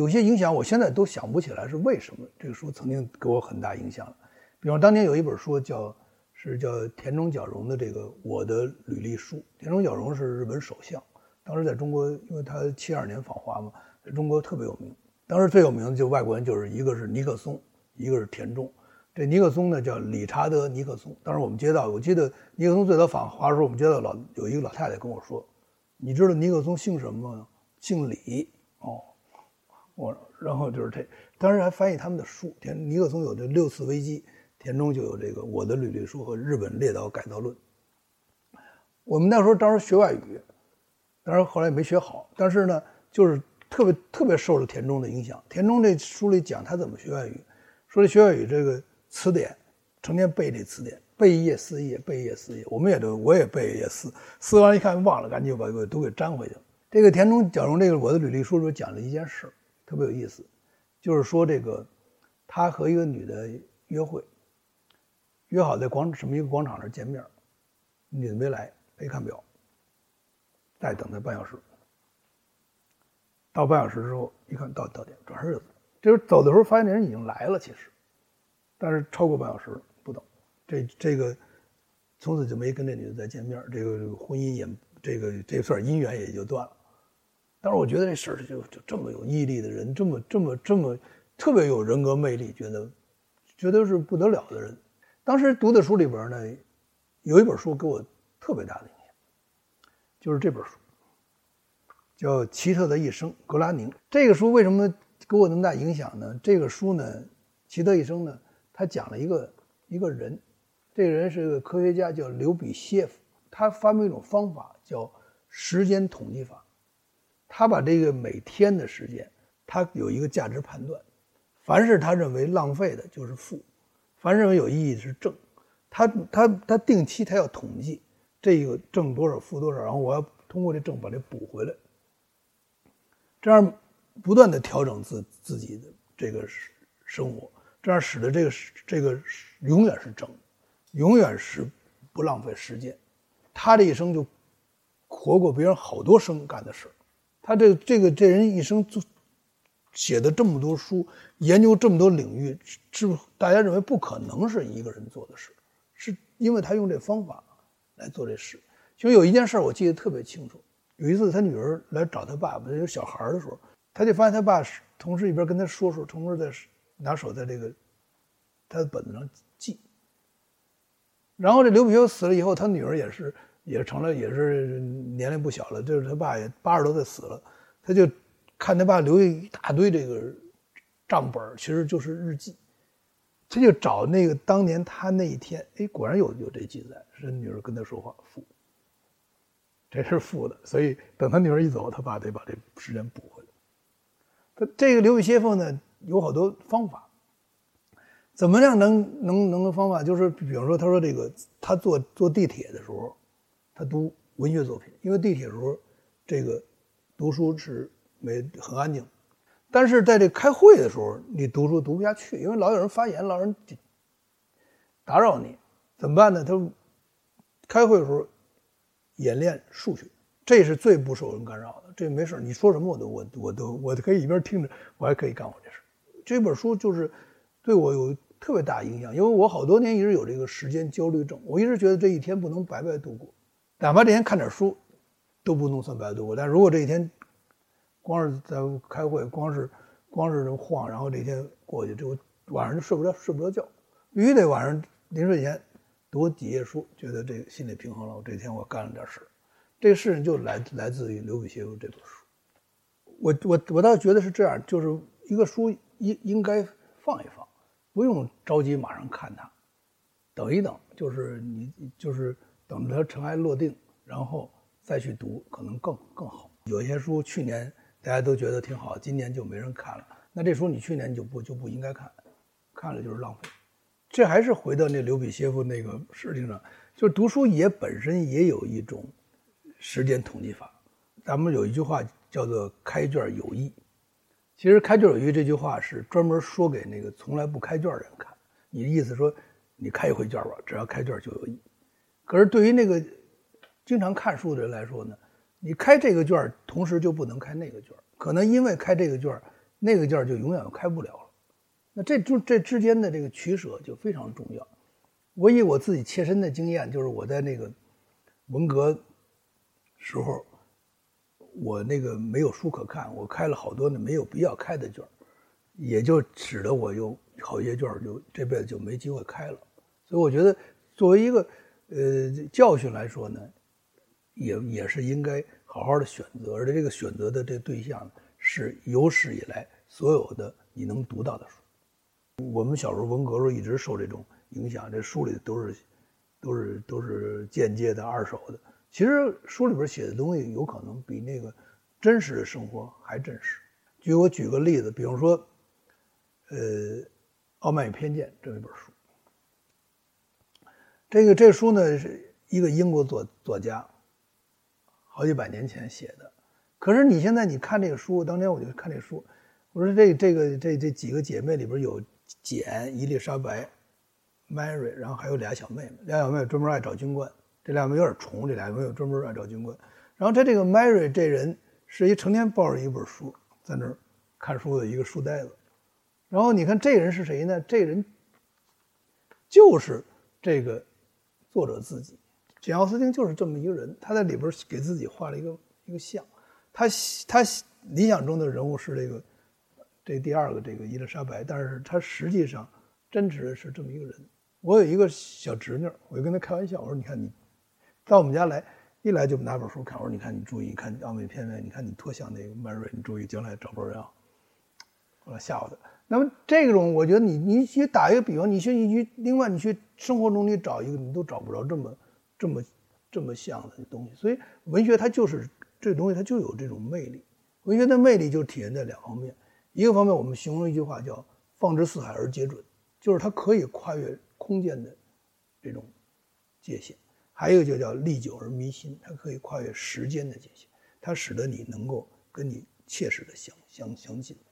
有些影响我现在都想不起来是为什么。这个书曾经给我很大影响。比方当年有一本书叫田中角荣的这个《我的履历书》。田中角荣是日本首相，当时在中国，因为他72年访华嘛，在中国特别有名。当时最有名的就外国人就是一个是尼克松，一个是田中。这尼克松呢叫理查德·尼克松。当时我记得尼克松最早访华的时候，我们接到有一个老太太跟我说：“你知道尼克松姓什么吗？姓李。”然后就是当时还翻译他们的书。尼克松有这6次危机，田中就有这个《我的履历书》和《日本列岛改造论》。我们那时候当时学外语，当然后来没学好，但是呢，就是特别受了田中的影响。田中这书里讲他怎么学外语，说这学外语这个词典，成天背这词典，背一页撕一页，背一页撕一页。我也背一页撕完一看忘了，赶紧就把都给粘回去了。这个田中角荣这个《我的履历书》里边讲了一件事，特别有意思，就是说这个他和一个女的约会，约好在一个广场上见面，女的没来，他一看表，再等他半小时。到半小时之后，一看到点，转身就走。就是走的时候发现那人已经来了，其实，但是超过半小时不等。这个从此就没跟这女的再见面，这个婚姻也这算姻缘也就断了。但是我觉得这事儿就这么有毅力的人，这么特别有人格魅力，觉得是不得了的人。当时读的书里边呢，有一本书给我特别大的影响，就是这本书，叫《奇特的一生》，格拉宁。这个书为什么给我那么大影响呢？这个书呢，《奇特一生》呢，他讲了一个人，这个人是个科学家，叫刘比歇夫。他发明一种方法叫时间统计法。他把这个每天的时间，他有一个价值判断，凡是他认为浪费的就是负，凡是认为有意义的是正。他定期他要统计这个正多少负多少，然后我要通过这正把这补回来，这样不断的调整自己的这个生活，这样使得这个永远是正，永远是不浪费时间。他这一生就活过别人好多生干的事。他这人一生就写的这么多书，研究这么多领域，是大家认为不可能是一个人做的事，是因为他用这方法来做这事。其实有一件事我记得特别清楚，有一次他女儿来找他爸爸，有小孩的时候，他就发现他爸同时一边跟他说，同时在拿手在这个他的本子上记。然后这刘比修死了以后，他女儿也是年龄不小了，就是他爸也80多岁死了，他就看他爸留下一大堆这个账本，其实就是日记。他就找那个当年他那一天，果然有这记载，是女儿跟他说话负，这是负的，所以等他女儿一走，他爸得把这时间补回来。他这个刘比歇夫呢，有好多方法。怎么样能方法？就是比方说，他说这个他坐地铁的时候，他读文学作品，因为地铁的时候这个读书是很安静，但是在这开会的时候，你读书读不下去，因为老有人发言，老有人打扰你，怎么办呢？他开会的时候演练数学，这是最不受人干扰的。这没事，你说什么我可以一边听着，我还可以干我这事。这本书就是对我有特别大影响，因为我好多年一直有这个时间焦虑症，我一直觉得这一天不能白白度过，哪怕这天看点书都不能算白白度过。但如果这一天光是在开会，光是这么晃，然后这一天过去，这晚上就睡不着觉，必须得晚上临睡前读几页书，觉得这个心里平衡了，我这一天我干了点事。这个事情就来自于刘比歇夫这本书。我倒觉得是这样，就是一个书应该放一放，不用着急马上看它，等一等，就是等着它尘埃落定，然后再去读，可能更好。有些书去年大家都觉得挺好，今年就没人看了，那这书你去年就不应该看，看了就是浪费。这还是回到那刘比歇夫那个事情上，就是读书本身也有一种时间统计法。咱们有一句话叫做开卷有益，其实开卷有益这句话是专门说给那个从来不开卷的人看，你的意思说你开一回卷吧，只要开卷就有益。可是对于那个经常看书的人来说呢，你开这个卷同时就不能开那个卷，可能因为开这个卷那个劲儿就永远开不了了。那这之间的这个取舍就非常重要。我以我自己切身的经验，就是我在那个文革时候，我那个没有书可看，我开了好多没有必要开的卷，也就使得我有好些卷就这辈子就没机会开了。所以我觉得作为一个教训来说呢，也是应该好好的选择，而且这个选择的这个对象是有史以来所有的你能读到的书。我们小时候文革时候一直受这种影响，这书里都是间接的、二手的。其实书里边写的东西有可能比那个真实的生活还真实。我举个例子，比如说，《傲慢与偏见》这么一本书。这书呢是一个英国作家，好几百年前写的。可是你现在你看这个书，当年我就看这书，我说这几个姐妹里边有简、伊丽莎白、Mary， 然后还有俩小妹妹专门爱找军官，这俩妹有点重，这俩妹有专门爱找军官。然后这个 Mary 这人是一成天抱着一本书在那儿看书的一个书呆子。然后你看这人是谁呢？这人就是这个作者自己，简·奥斯汀就是这么一个人，他在里边给自己画了一个像。他理想中的人物是这第二个这个伊丽莎白，但是他实际上真实的是这么一个人。我有一个小侄女，我就跟他开玩笑，我说你看你到我们家来，一来就拿本书看，我说你看你注意，你看你傲慢偏见，你看你多像那个曼瑞，你注意将来找不着人啊。后来吓我的。那么这种我觉得你去打一个比方，你去另外你去生活中你找一个，你都找不着这么像的东西。所以文学它就是这东西，它就有这种魅力。文学的魅力就体现在两方面，一个方面我们形容一句话叫放之四海而皆准，就是它可以跨越空间的这种界限；还有一个就叫历久而弥新，它可以跨越时间的界限，它使得你能够跟你切实的相近。